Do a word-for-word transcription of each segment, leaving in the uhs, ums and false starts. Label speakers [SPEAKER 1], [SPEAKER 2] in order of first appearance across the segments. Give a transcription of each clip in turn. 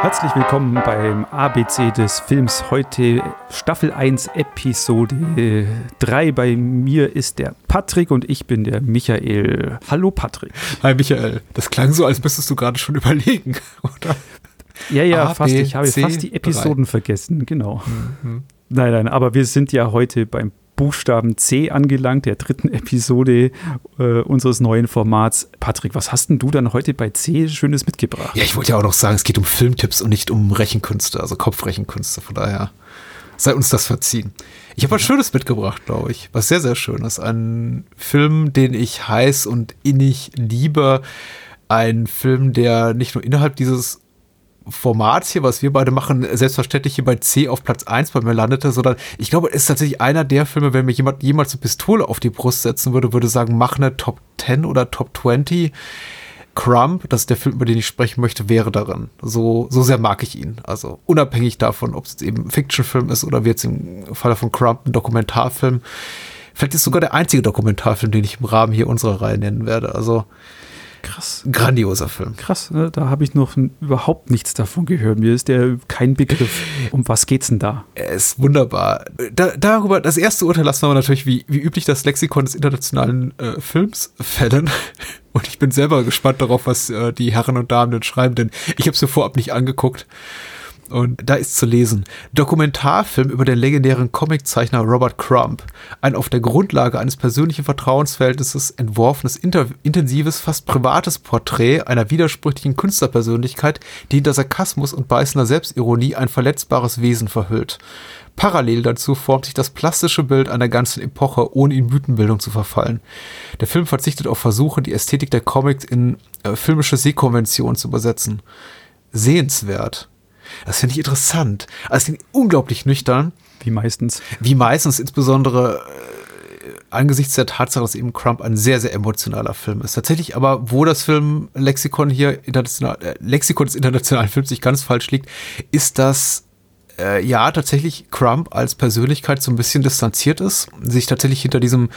[SPEAKER 1] Herzlich willkommen beim A B C des Films. Heute Staffel eins, Episode drei. Bei mir ist der Patrick und ich bin der Michael. Hallo Patrick.
[SPEAKER 2] Hi Michael. Das klang so, als müsstest du gerade schon überlegen, oder?
[SPEAKER 1] Ja, ja,
[SPEAKER 2] A,
[SPEAKER 1] fast.
[SPEAKER 2] B,
[SPEAKER 1] Ich habe
[SPEAKER 2] C,
[SPEAKER 1] fast die Episoden
[SPEAKER 2] drei.
[SPEAKER 1] vergessen, genau.
[SPEAKER 2] Mhm.
[SPEAKER 1] Nein, nein, aber wir sind ja heute beim Buchstaben C angelangt, der dritten Episode äh, unseres neuen Formats. Patrick, was hast denn du dann heute bei C Schönes mitgebracht?
[SPEAKER 2] Ja, ich wollte ja auch noch sagen, es geht um Filmtipps und nicht um Rechenkünste, also Kopfrechenkünste, von daher sei uns das verziehen. Ich habe was Schönes mitgebracht, glaube ich, was sehr, sehr Schönes. Ein Film, den ich heiß und innig liebe. Ein Film, der nicht nur innerhalb dieses Formats hier, was wir beide machen, selbstverständlich hier bei C auf Platz eins bei mir landete, sondern ich glaube, es ist tatsächlich einer der Filme, wenn mir jemand jemals eine Pistole auf die Brust setzen würde, würde sagen, mach eine Top zehn oder Top zwanzig. Crumb, das ist der Film, über den ich sprechen möchte, wäre darin. So, so sehr mag ich ihn. Also unabhängig davon, ob es eben ein Fiction-Film ist oder wie jetzt im Falle von Crumb ein Dokumentarfilm. Vielleicht ist es sogar der einzige Dokumentarfilm, den ich im Rahmen hier unserer Reihe nennen werde. Also
[SPEAKER 1] Krass.
[SPEAKER 2] Grandioser Film.
[SPEAKER 1] Krass, ne? Da habe ich noch n- überhaupt nichts davon gehört. Mir ist der kein Begriff. Um was geht's denn da?
[SPEAKER 2] Er ist wunderbar. Da, darüber, das erste Urteil lassen wir natürlich wie, wie üblich das Lexikon des internationalen äh, Films fällen. Und ich bin selber gespannt darauf, was äh, die Herren und Damen denn schreiben, denn ich habe es mir vorab nicht angeguckt. Und da ist zu lesen: Dokumentarfilm über den legendären Comiczeichner Robert Crumb. Ein auf der Grundlage eines persönlichen Vertrauensverhältnisses entworfenes, inter- intensives, fast privates Porträt einer widersprüchlichen Künstlerpersönlichkeit, die hinter Sarkasmus und beißender Selbstironie ein verletzbares Wesen verhüllt. Parallel dazu formt sich das plastische Bild einer ganzen Epoche, ohne in Mythenbildung zu verfallen. Der Film verzichtet auf Versuche, die Ästhetik der Comics in äh, filmische Sehkonventionen zu übersetzen. Sehenswert. Das finde ich interessant. Also es klingt unglaublich nüchtern.
[SPEAKER 1] Wie meistens.
[SPEAKER 2] Wie meistens, insbesondere äh, angesichts der Tatsache, dass eben Crumb ein sehr, sehr emotionaler Film ist. Tatsächlich aber, wo das Filmlexikon hier, international, äh, Lexikon des internationalen Films nicht ganz falsch liegt, ist, dass äh, ja tatsächlich Crumb als Persönlichkeit so ein bisschen distanziert ist, sich tatsächlich hinter diesem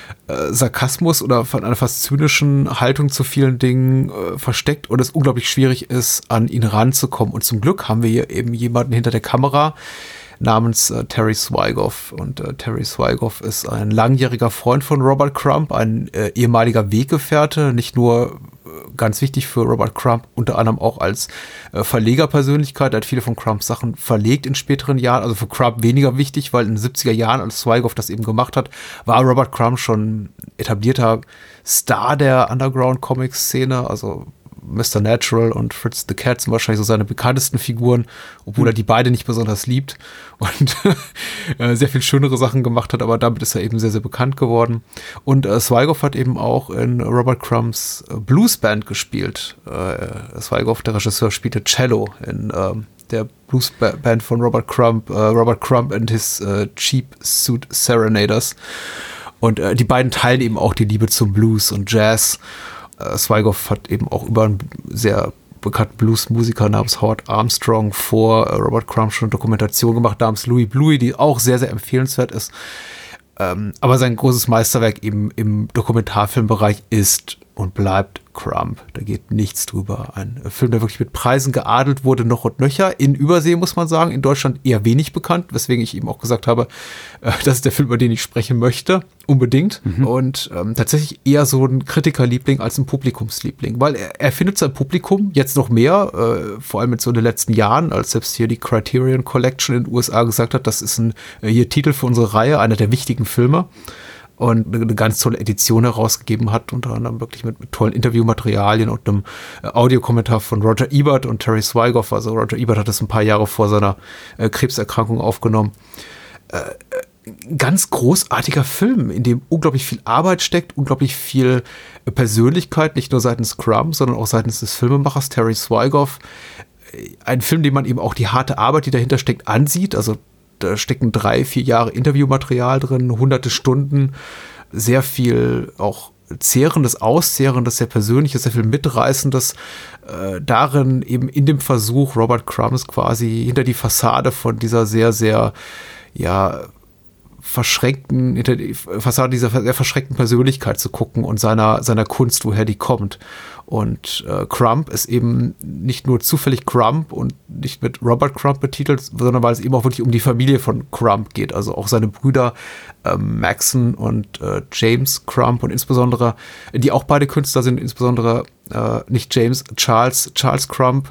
[SPEAKER 2] Sarkasmus oder von einer fast zynischen Haltung zu vielen Dingen äh, versteckt und es unglaublich schwierig ist, an ihn ranzukommen. Und zum Glück haben wir hier eben jemanden hinter der Kamera namens äh, Terry Swigoff. Und äh, Terry Swigoff ist ein langjähriger Freund von Robert Crumb, ein äh, ehemaliger Weggefährte, nicht nur äh, ganz wichtig für Robert Crumb, unter anderem auch als äh, Verlegerpersönlichkeit. Er hat viele von Crumbs Sachen verlegt in späteren Jahren, also für Crumb weniger wichtig, weil in den siebziger Jahren, als Swigoff das eben gemacht hat, war Robert Crumb schon etablierter Star der Underground-Comic-Szene, also Mister Natural und Fritz the Cat sind wahrscheinlich so seine bekanntesten Figuren, obwohl er die beide nicht besonders liebt und äh, sehr viel schönere Sachen gemacht hat, aber damit ist er eben sehr, sehr bekannt geworden. Und äh, Swigoff hat eben auch in Robert Crumbs äh, Bluesband gespielt. Äh, Swigoff, der Regisseur, spielte Cello in äh, der Bluesband von Robert Crumb, äh, Robert Crumb and his äh, Cheap Suit Serenaders. Und äh, die beiden teilen eben auch die Liebe zum Blues und Jazz. Swigoff hat eben auch über einen sehr bekannten Bluesmusiker namens Howard Armstrong vor Robert Crumb schon eine Dokumentation gemacht namens Louie Bluey, die auch sehr, sehr empfehlenswert ist. Ähm, aber sein großes Meisterwerk eben im Dokumentarfilmbereich ist und bleibt Crumb. Da geht nichts drüber. Ein Film, der wirklich mit Preisen geadelt wurde, noch und nöcher. In Übersee, muss man sagen, in Deutschland eher wenig bekannt, weswegen ich eben auch gesagt habe, äh, das ist der Film, über den ich sprechen möchte. Unbedingt. Mhm. Und ähm, tatsächlich eher so ein Kritikerliebling als ein Publikumsliebling, weil er, er findet sein Publikum jetzt noch mehr, äh, vor allem in so den letzten Jahren, als selbst hier die Criterion Collection in den U S A gesagt hat, das ist ein äh, hier Titel für unsere Reihe, einer der wichtigen Filme. Und eine ganz tolle Edition herausgegeben hat, unter anderem wirklich mit, mit tollen Interviewmaterialien und einem äh, Audiokommentar von Roger Ebert und Terry Swigoff. Also Roger Ebert hat das ein paar Jahre vor seiner äh, Krebserkrankung aufgenommen. Äh, ganz großartiger Film, in dem unglaublich viel Arbeit steckt, unglaublich viel äh, Persönlichkeit, nicht nur seitens Crumb, sondern auch seitens des Filmemachers Terry Swigoff. Äh, ein Film, dem man eben auch die harte Arbeit, die dahinter steckt, ansieht. Also da stecken drei, vier Jahre Interviewmaterial drin, hunderte Stunden, sehr viel auch Zehrendes, Auszehrendes, sehr Persönliches, sehr viel Mitreißendes äh, darin eben in dem Versuch, Robert Crumb quasi hinter die Fassade von dieser sehr, sehr, ja, verschränkten, hinter die Fassade dieser sehr verschränkten Persönlichkeit zu gucken und seiner, seiner Kunst, woher die kommt. Und äh, Crumb ist eben nicht nur zufällig Crumb und nicht mit Robert Crumb betitelt, sondern weil es eben auch wirklich um die Familie von Crumb geht. Also auch seine Brüder äh, Maxon und äh, James Crumb und insbesondere, die auch beide Künstler sind, insbesondere äh, nicht James, Charles, Charles Crumb.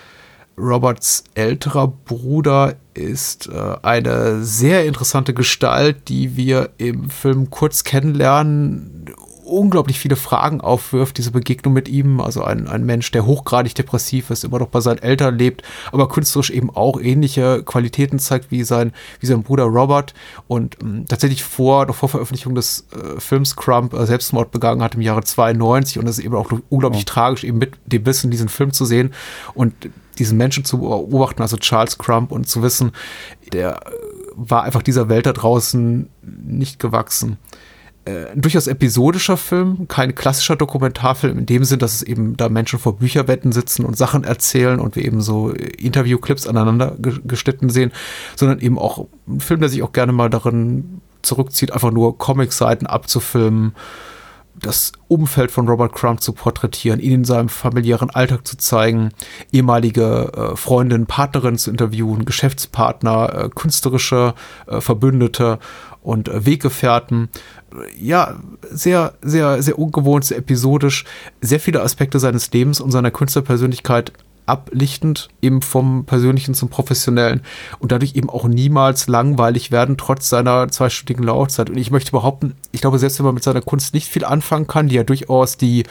[SPEAKER 2] Roberts älterer Bruder ist äh, eine sehr interessante Gestalt, die wir im Film kurz kennenlernen. Unglaublich viele Fragen aufwirft, diese Begegnung mit ihm. Also ein, ein Mensch, der hochgradig depressiv ist, immer noch bei seinen Eltern lebt, aber künstlerisch eben auch ähnliche Qualitäten zeigt wie sein, wie sein Bruder Robert. Und ähm, tatsächlich vor, noch vor Veröffentlichung des äh, Films Crumb äh, Selbstmord begangen hat im Jahre zweiundneunzig. Und das ist eben auch unglaublich oh. tragisch, eben mit dem Wissen, diesen Film zu sehen und diesen Menschen zu beobachten, also Charles Crumb, und zu wissen, der war einfach dieser Welt da draußen nicht gewachsen. Ein durchaus episodischer Film, kein klassischer Dokumentarfilm in dem Sinn, dass es eben da Menschen vor Bücherwetten sitzen und Sachen erzählen und wir eben so Interviewclips aneinander geschnitten sehen, sondern eben auch ein Film, der sich auch gerne mal darin zurückzieht, einfach nur Comicseiten abzufilmen, das Umfeld von Robert Crumb zu porträtieren, ihn in seinem familiären Alltag zu zeigen, ehemalige äh, Freundinnen, Partnerinnen zu interviewen, Geschäftspartner, äh, künstlerische äh, Verbündete und äh, Weggefährten. Ja, sehr, sehr, sehr ungewohnt, sehr episodisch, sehr viele Aspekte seines Lebens und seiner Künstlerpersönlichkeit ablichtend, eben vom Persönlichen zum Professionellen und dadurch eben auch niemals langweilig werden, trotz seiner zweistündigen Laufzeit. Und ich möchte behaupten, ich glaube, selbst wenn man mit seiner Kunst nicht viel anfangen kann, die ja durchaus die,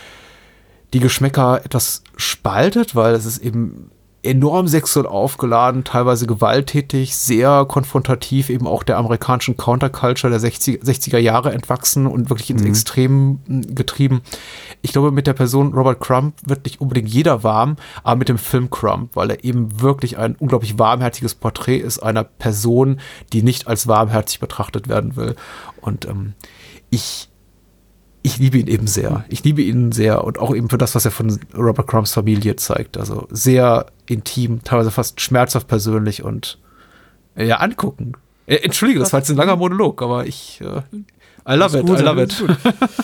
[SPEAKER 2] die Geschmäcker etwas spaltet, weil es ist eben enorm sexuell aufgeladen, teilweise gewalttätig, sehr konfrontativ, eben auch der amerikanischen Counterculture der sechziger Jahre entwachsen und wirklich ins mhm. Extrem getrieben. Ich glaube, mit der Person Robert Crumb wird nicht unbedingt jeder warm, aber mit dem Film Crumb, weil er eben wirklich ein unglaublich warmherziges Porträt ist einer Person, die nicht als warmherzig betrachtet werden will. Und ähm, ich Ich liebe ihn eben sehr. Ich liebe ihn sehr und auch eben für das, was er von Robert Crumbs Familie zeigt. Also sehr intim, teilweise fast schmerzhaft persönlich und äh, ja, angucken. Äh, Entschuldige, das war jetzt ein langer Monolog, aber ich äh, I love it,
[SPEAKER 1] gut,
[SPEAKER 2] I love it.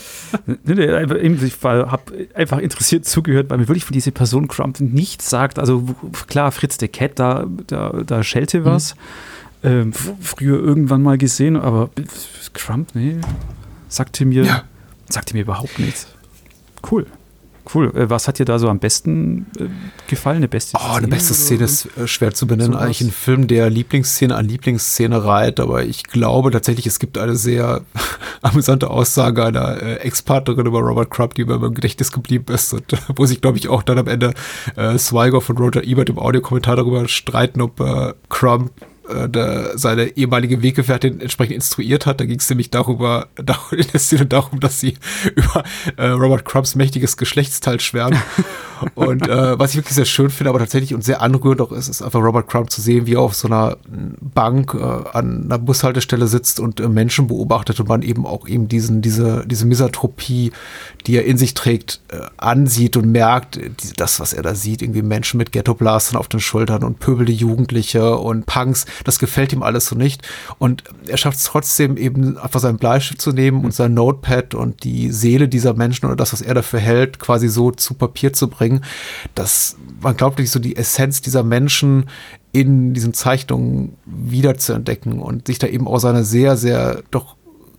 [SPEAKER 1] nee, nee, ich habe einfach interessiert zugehört, weil mir wirklich von dieser Person Crumb nichts sagt. Also klar, Fritz the Cat, da, da, da schellte was. Mhm. Ähm, früher irgendwann mal gesehen, aber Crumb, nee, sagte mir... Ja. Sagte mir überhaupt nichts. Cool. Cool. Was hat dir da so am besten äh, gefallen? Eine beste
[SPEAKER 2] Szene? Oh, eine beste Szene ist äh, schwer zu benennen. So eigentlich ein Film, der Lieblingsszene an Lieblingsszene reiht, aber ich glaube tatsächlich, es gibt eine sehr amüsante Aussage einer äh, Ex-Partnerin über Robert Crumb, die mir im Gedächtnis geblieben ist und äh, wo sich, glaube ich, auch dann am Ende äh, Swigoff und Roger Ebert im Audiokommentar darüber streiten, ob äh, Crumb Der, seine ehemalige Weggefährtin entsprechend instruiert hat. Da ging es nämlich darüber, in der Szene darum, dass sie über äh, Robert Crumbs mächtiges Geschlechtsteil schwärmen. Und äh, was ich wirklich sehr schön finde, aber tatsächlich und sehr anrührend auch ist, ist einfach Robert Crumb zu sehen, wie er auf so einer Bank äh, an einer Bushaltestelle sitzt und äh, Menschen beobachtet und man eben auch eben diesen, diese, diese Misantropie, die er in sich trägt, äh, ansieht und merkt, die, das, was er da sieht, irgendwie Menschen mit Ghetto-Blastern auf den Schultern und pöbelnde Jugendliche und Punks, das gefällt ihm alles so nicht. Und er schafft es trotzdem eben einfach seinen Bleistift zu nehmen und sein Notepad und die Seele dieser Menschen oder das, was er dafür hält, quasi so zu Papier zu bringen, dass man glaubt, wirklich so die Essenz dieser Menschen in diesen Zeichnungen wieder zu entdecken und sich da eben auch seine sehr, sehr doch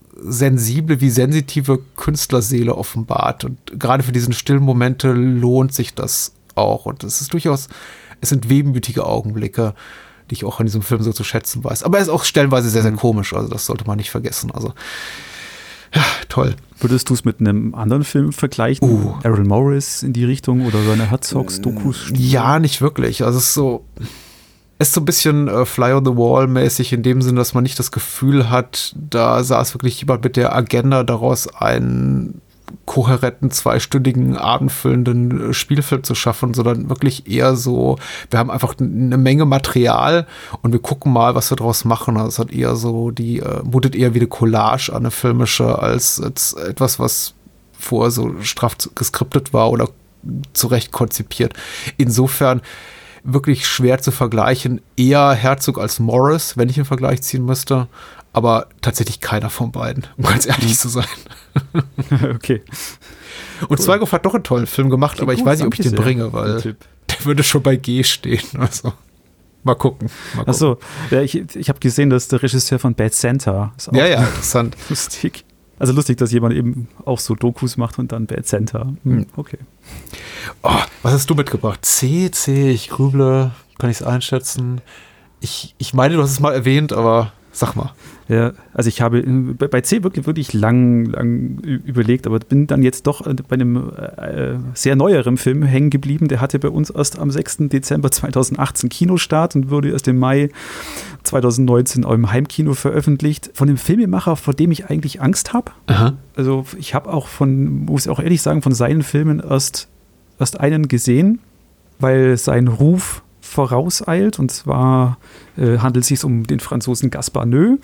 [SPEAKER 2] sensible wie sensitive Künstlerseele offenbart. Und gerade für diesen stillen Momente lohnt sich das auch. Und es ist durchaus, es sind wehmütige Augenblicke, die ich auch an diesem Film so zu schätzen weiß. Aber er ist auch stellenweise sehr, sehr komisch. Also das sollte man nicht vergessen. Also ja, toll.
[SPEAKER 1] Würdest du es mit einem anderen Film vergleichen?
[SPEAKER 2] Uh.
[SPEAKER 1] Errol Morris in die Richtung oder Werner Herzogs Dokus?
[SPEAKER 2] Ja, nicht wirklich. Also es ist so, es ist so ein bisschen äh, Fly on the Wall mäßig in dem Sinne, dass man nicht das Gefühl hat, da saß wirklich jemand mit der Agenda daraus einen kohärenten, zweistündigen, abendfüllenden Spielfilm zu schaffen, sondern wirklich eher so, wir haben einfach eine Menge Material und wir gucken mal, was wir daraus machen. Also es hat eher so, die äh, mutet eher wie eine Collage an, eine filmische, als, als etwas, was vorher so straff geskriptet war oder zurecht konzipiert. Insofern wirklich schwer zu vergleichen. Eher Herzog als Morris, wenn ich einen Vergleich ziehen müsste. aber tatsächlich keiner von beiden, um ganz ehrlich zu sein.
[SPEAKER 1] Okay.
[SPEAKER 2] Und Zweigoff hat doch einen tollen Film gemacht, Klingt aber ich gut, weiß nicht, ob ich den sehr. bringe, weil der würde schon bei G stehen. Also, mal gucken. Mal gucken.
[SPEAKER 1] Achso, ja, ich, ich habe gesehen, dass der Regisseur von Bad Santa ist auch
[SPEAKER 2] ja, ja, interessant.
[SPEAKER 1] Lustig. Also lustig, dass jemand eben auch so Dokus macht und dann Bad Santa. Hm, okay.
[SPEAKER 2] Oh, was hast du mitgebracht? C, C, ich grüble, kann ich es einschätzen? Ich, ich meine, du hast es mal erwähnt, aber sag mal.
[SPEAKER 1] Ja, also ich habe bei C wirklich, wirklich lang, lang überlegt, aber bin dann jetzt doch bei einem äh, sehr neueren Film hängen geblieben. Der hatte bei uns erst am sechsten Dezember zweitausendachtzehn Kinostart und wurde erst im Mai zweitausendneunzehn auch im Heimkino veröffentlicht. Von dem Filmemacher, vor dem ich eigentlich Angst habe. Also ich habe auch von, muss ich auch ehrlich sagen, von seinen Filmen erst, erst einen gesehen, weil sein Ruf vorauseilt, und zwar äh, handelt es sich um den Franzosen Gaspar Noé,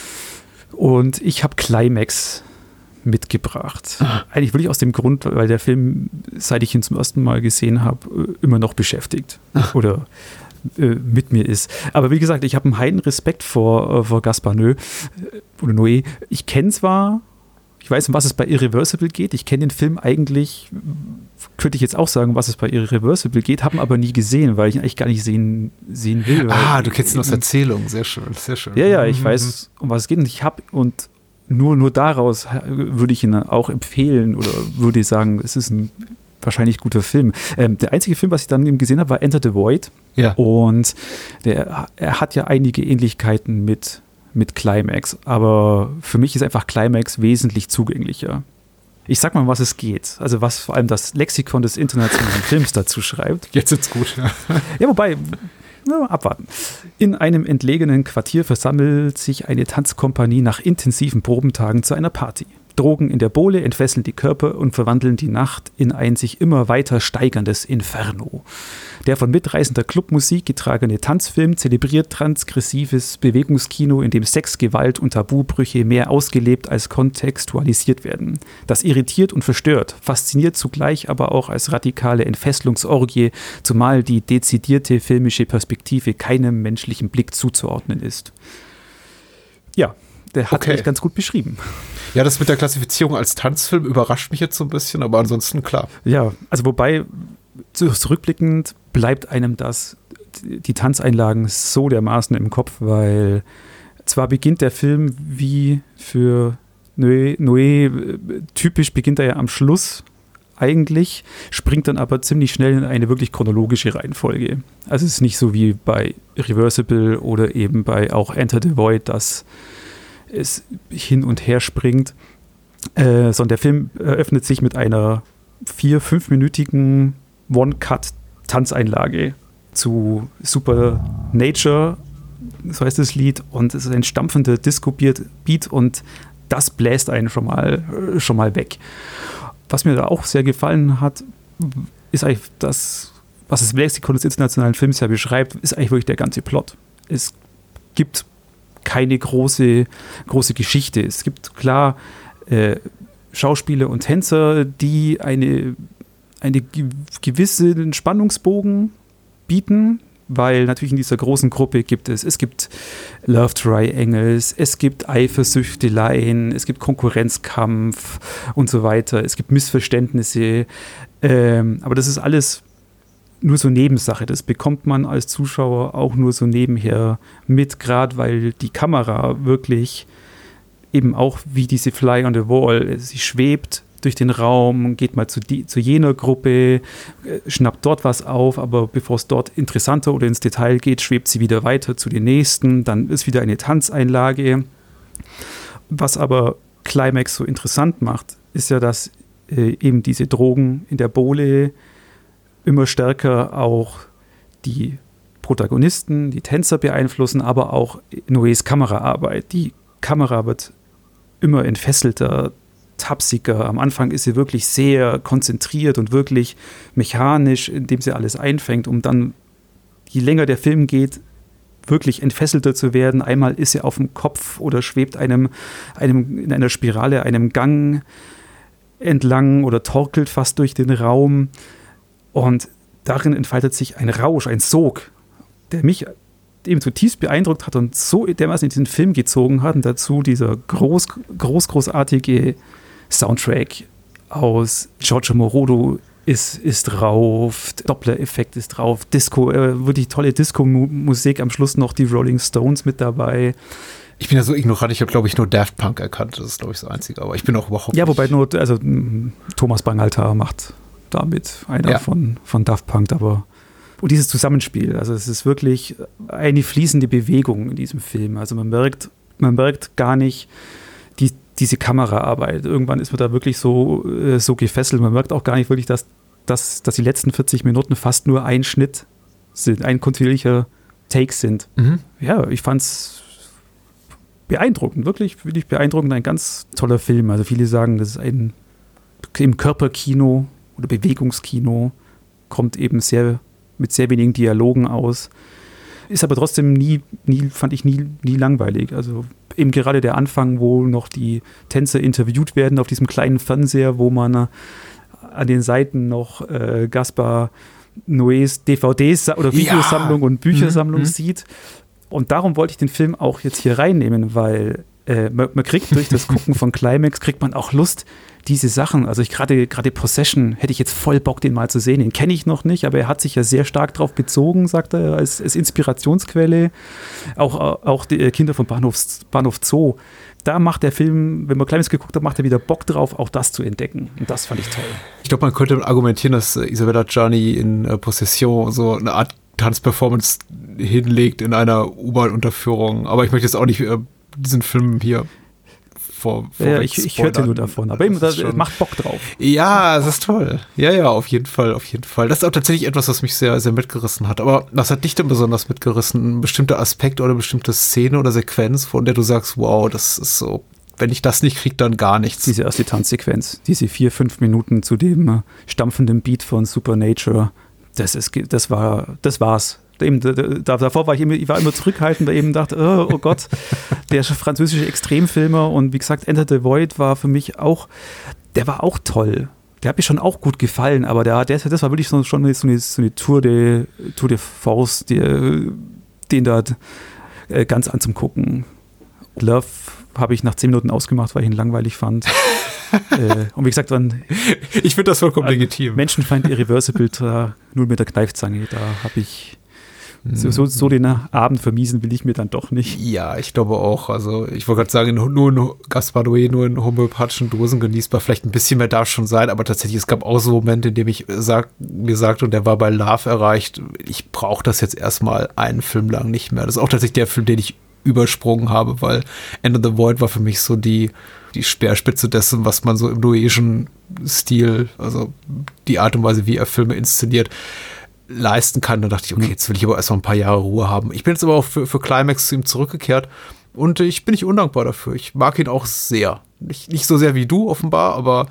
[SPEAKER 1] und ich habe Climax mitgebracht. Ah. Eigentlich wirklich aus dem Grund, weil der Film, seit ich ihn zum ersten Mal gesehen habe, immer noch beschäftigt ah. oder äh, mit mir ist. Aber wie gesagt, ich habe einen heiden Respekt vor, äh, vor Gaspar Noé, oder Noé. Ich kenne zwar, ich weiß, um was es bei Irreversible geht. Ich kenne den Film eigentlich, könnte ich jetzt auch sagen, was es bei Irreversible geht, habe ihn aber nie gesehen, weil ich ihn eigentlich gar nicht sehen, sehen will.
[SPEAKER 2] Ah, du kennst ihn aus Erzählungen, sehr schön, sehr schön.
[SPEAKER 1] Ja, ja, ich mhm. weiß, um was es geht, und ich habe, und nur, nur daraus würde ich ihn auch empfehlen oder würde ich sagen, es ist ein wahrscheinlich guter Film. Ähm, der einzige Film, was ich dann eben gesehen habe, war Enter the Void.
[SPEAKER 2] Ja.
[SPEAKER 1] Und der, er hat ja einige Ähnlichkeiten mit mit Climax, aber für mich ist einfach Climax wesentlich zugänglicher. Ich sag mal, um was es geht, also was vor allem das Lexikon des internationalen Films dazu schreibt.
[SPEAKER 2] Jetzt ist gut, ja.
[SPEAKER 1] Ja, wobei, na, abwarten. In einem entlegenen Quartier versammelt sich eine Tanzkompanie nach intensiven Probentagen zu einer Party. Drogen in der Bowle entfesseln die Körper und verwandeln die Nacht in ein sich immer weiter steigerndes Inferno. Der von mitreißender Clubmusik getragene Tanzfilm zelebriert transgressives Bewegungskino, in dem Sex, Gewalt und Tabubrüche mehr ausgelebt als kontextualisiert werden. Das irritiert und verstört, fasziniert zugleich aber auch als radikale Entfesselungsorgie, zumal die dezidierte filmische Perspektive keinem menschlichen Blick zuzuordnen ist. Ja, der hat
[SPEAKER 2] okay.
[SPEAKER 1] mich ganz gut beschrieben.
[SPEAKER 2] Ja, das mit der Klassifizierung als Tanzfilm überrascht mich jetzt so ein bisschen, aber ansonsten klar.
[SPEAKER 1] Ja, also wobei, zurückblickend bleibt einem das, die Tanzeinlagen so dermaßen im Kopf, weil zwar beginnt der Film wie für Noé, Noé typisch beginnt er ja am Schluss eigentlich, springt dann aber ziemlich schnell in eine wirklich chronologische Reihenfolge. Also es ist nicht so wie bei Irreversible oder eben bei auch Enter the Void, dass es hin und her springt, äh, sondern der Film eröffnet sich mit einer vier-, fünfminütigen One-Cut-Tanzeinlage zu Supernature, so heißt das Lied, und es ist ein stampfender Disco-Beat und das bläst einen schon mal, schon mal weg. Was mir da auch sehr gefallen hat, ist eigentlich das, was das Lexikon des internationalen Films ja beschreibt, ist eigentlich wirklich der ganze Plot. Es gibt keine große, große Geschichte. Es gibt klar äh, Schauspieler und Tänzer, die eine, eine gewissen Spannungsbogen bieten, weil natürlich in dieser großen Gruppe gibt es, es gibt Love Triangles, es gibt Eifersüchteleien, es gibt Konkurrenzkampf und so weiter, es gibt Missverständnisse, ähm, aber das ist alles nur so Nebensache. Das bekommt man als Zuschauer auch nur so nebenher mit, gerade weil die Kamera wirklich eben auch wie diese Fly on the Wall, sie schwebt durch den Raum, geht mal zu, die, zu jener Gruppe, schnappt dort was auf, aber bevor es dort interessanter oder ins Detail geht, schwebt sie wieder weiter zu den nächsten, dann ist wieder eine Tanzeinlage. Was aber Climax so interessant macht, ist ja, dass äh, eben diese Drogen in der Bowle immer stärker auch die Protagonisten, die Tänzer beeinflussen, aber auch Noés Kameraarbeit. Die Kamera wird immer entfesselter, tapsiger. Am Anfang ist sie wirklich sehr konzentriert und wirklich mechanisch, indem sie alles einfängt, um dann, je länger der Film geht, wirklich entfesselter zu werden. Einmal ist sie auf dem Kopf oder schwebt einem, einem in einer Spirale einem Gang entlang oder torkelt fast durch den Raum. Und darin entfaltet sich ein Rausch, ein Sog, der mich eben zutiefst beeindruckt hat und so dermaßen in diesen Film gezogen hat. Und dazu dieser groß, groß, großartige Soundtrack aus Giorgio Moroder ist, ist drauf, Doppler-Effekt ist drauf, Disco, äh, wirklich tolle Disco-Musik, am Schluss noch die Rolling Stones mit dabei.
[SPEAKER 2] Ich bin ja so ignorant, ich habe, glaube ich, nur Daft Punk erkannt, das ist, glaube ich, das Einzige, aber ich bin auch überhaupt
[SPEAKER 1] Ja,
[SPEAKER 2] nicht.
[SPEAKER 1] wobei nur, also Thomas Bangalter macht damit einer ja. von, von Daft Punk, aber und dieses Zusammenspiel, also es ist wirklich eine fließende Bewegung in diesem Film, also man merkt, man merkt gar nicht die, diese Kameraarbeit, irgendwann ist man da wirklich so, äh, so gefesselt, man merkt auch gar nicht wirklich, dass, dass, dass die letzten vierzig Minuten fast nur ein Schnitt sind, ein kontinuierlicher Take sind. Mhm. Ja, ich fand's beeindruckend, wirklich, wirklich beeindruckend, ein ganz toller Film. Also viele sagen, das ist ein im Körperkino oder Bewegungskino, kommt eben sehr mit sehr wenigen Dialogen aus. Ist aber trotzdem nie, nie fand ich nie, nie langweilig. Also eben gerade der Anfang, wo noch die Tänzer interviewt werden auf diesem kleinen Fernseher, wo man äh, an den Seiten noch äh, Gaspar Noés D V Ds oder Videosammlung ja. und Büchersammlung mhm. sieht. Und darum wollte ich den Film auch jetzt hier reinnehmen, weil äh, man, man kriegt durch das Gucken von Climax, kriegt man auch Lust, diese Sachen, also ich gerade gerade Possession, hätte ich jetzt voll Bock, den mal zu sehen. Den kenne ich noch nicht, aber er hat sich ja sehr stark drauf bezogen, sagt er, als, als Inspirationsquelle. Auch, auch die Kinder von Bahnhof, Bahnhof Zoo. Da macht der Film, wenn man Climax geguckt hat, macht er wieder Bock drauf, auch das zu entdecken. Und das fand ich toll.
[SPEAKER 2] Ich glaube, man könnte argumentieren, dass Isabella Gianni in äh, Possession so eine Art Tanzperformance hinlegt in einer U-Bahn-Unterführung. Aber ich möchte jetzt auch nicht äh, diesen Film hier vor, vor
[SPEAKER 1] ja, ich, ich hörte nur davon, aber eben, das macht Bock drauf.
[SPEAKER 2] Ja, das ist toll. Ja, ja, auf jeden Fall, auf jeden Fall. Das ist auch tatsächlich etwas, was mich sehr, sehr mitgerissen hat. Aber was hat dich denn besonders mitgerissen? Ein bestimmter Aspekt oder eine bestimmte Szene oder Sequenz, von der du sagst, wow, das ist so, wenn ich das nicht kriege, dann gar nichts.
[SPEAKER 1] Diese erste Tanzsequenz, diese vier, fünf Minuten zu dem äh, stampfenden Beat von Supernature, das ist, das war, das war's. Eben, da, davor war ich immer, ich war immer zurückhaltend, weil ich eben dachte, oh, oh Gott, der französische Extremfilmer und wie gesagt, Enter the Void war für mich auch, der war auch toll. Der hat mir schon auch gut gefallen, aber der, der, das war wirklich so, schon so eine, so eine Tour de, Tour de Force, die, den da äh, ganz an zum Gucken. Love habe ich nach zehn Minuten ausgemacht, weil ich ihn langweilig fand. äh, und wie gesagt, dann
[SPEAKER 2] ich finde das vollkommen legitim.
[SPEAKER 1] Menschenfeind Irreversible, da, nur mit der Kneifzange, da habe ich So, so, so den Abend vermiesen will ich mir dann doch nicht.
[SPEAKER 2] Ja, ich glaube auch. Also ich wollte gerade sagen, nur in Gaspar Noé, nur in homöopathischen Dosen genießbar, vielleicht ein bisschen mehr darf schon sein, aber tatsächlich, es gab auch so Momente, in denen ich sag, mir sagte, und der war bei Love erreicht, ich brauche das jetzt erstmal einen Film lang nicht mehr. Das ist auch tatsächlich der Film, den ich übersprungen habe, weil Enter the Void war für mich so die, die Speerspitze dessen, was man so im noéischen Stil, also die Art und Weise, wie er Filme inszeniert, leisten kann. Da dachte ich, okay, jetzt will ich aber erst mal ein paar Jahre Ruhe haben. Ich bin jetzt aber auch für, für Climax zu ihm zurückgekehrt und ich bin nicht undankbar dafür. Ich mag ihn auch sehr. Nicht, nicht so sehr wie du offenbar, aber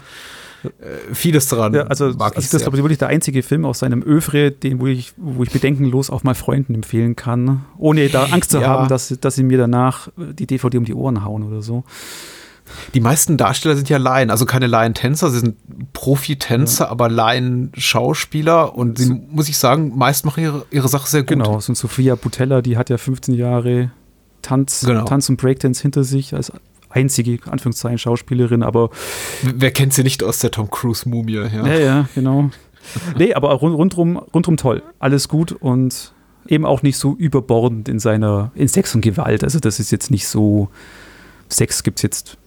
[SPEAKER 2] äh, vieles daran
[SPEAKER 1] ja, also,
[SPEAKER 2] mag ich
[SPEAKER 1] also das ist, glaube ich, wirklich der einzige Film aus seinem Övre, den, wo ich, wo ich bedenkenlos auch mal Freunden empfehlen kann, ohne da Angst zu ja. haben, dass, dass sie mir danach die D V D um die Ohren hauen oder so.
[SPEAKER 2] Die meisten Darsteller sind ja Laien, also keine Laientänzer, sie sind Profitänzer, ja. aber Laien-Schauspieler und sie, muss ich sagen, meist machen ihre, ihre Sache sehr gut.
[SPEAKER 1] Genau, so Sophia Boutella, die hat ja fünfzehn Jahre Tanz, genau. Tanz und Breakdance hinter sich als einzige, Anführungszeichen, Schauspielerin, aber
[SPEAKER 2] wer kennt sie nicht aus der Tom Cruise-Mumie? Ja,
[SPEAKER 1] ja, ja genau. Nee, aber rund, rundrum, rundrum toll, alles gut und eben auch nicht so überbordend in seiner, in Sex und Gewalt, also das ist jetzt nicht so, Sex gibt es jetzt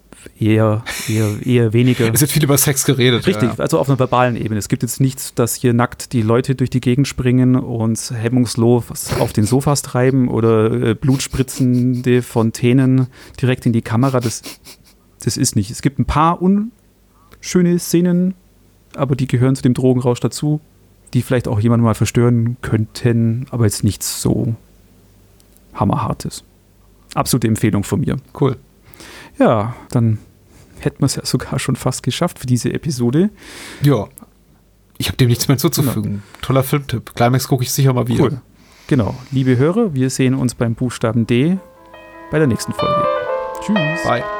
[SPEAKER 1] Eher, eher, eher weniger.
[SPEAKER 2] Es wird viel über Sex geredet.
[SPEAKER 1] Richtig,
[SPEAKER 2] ja.
[SPEAKER 1] also auf einer verbalen Ebene. Es gibt jetzt nichts, dass hier nackt die Leute durch die Gegend springen und hemmungslos auf den Sofas treiben oder äh, blutspritzende Fontänen direkt in die Kamera. Das, das ist nicht. Es gibt ein paar unschöne Szenen, aber die gehören zu dem Drogenrausch dazu, die vielleicht auch jemanden mal verstören könnten, aber jetzt nichts so hammerhartes. Absolute Empfehlung von mir.
[SPEAKER 2] Cool.
[SPEAKER 1] Ja, dann hätten wir es ja sogar schon fast geschafft für diese Episode.
[SPEAKER 2] Ja, ich habe dem nichts mehr hinzuzufügen. Genau. Toller Filmtipp. Climax gucke ich sicher mal wieder.
[SPEAKER 1] Cool. Genau. Liebe Hörer, wir sehen uns beim Buchstaben D bei der nächsten Folge. Tschüss.
[SPEAKER 2] Bye.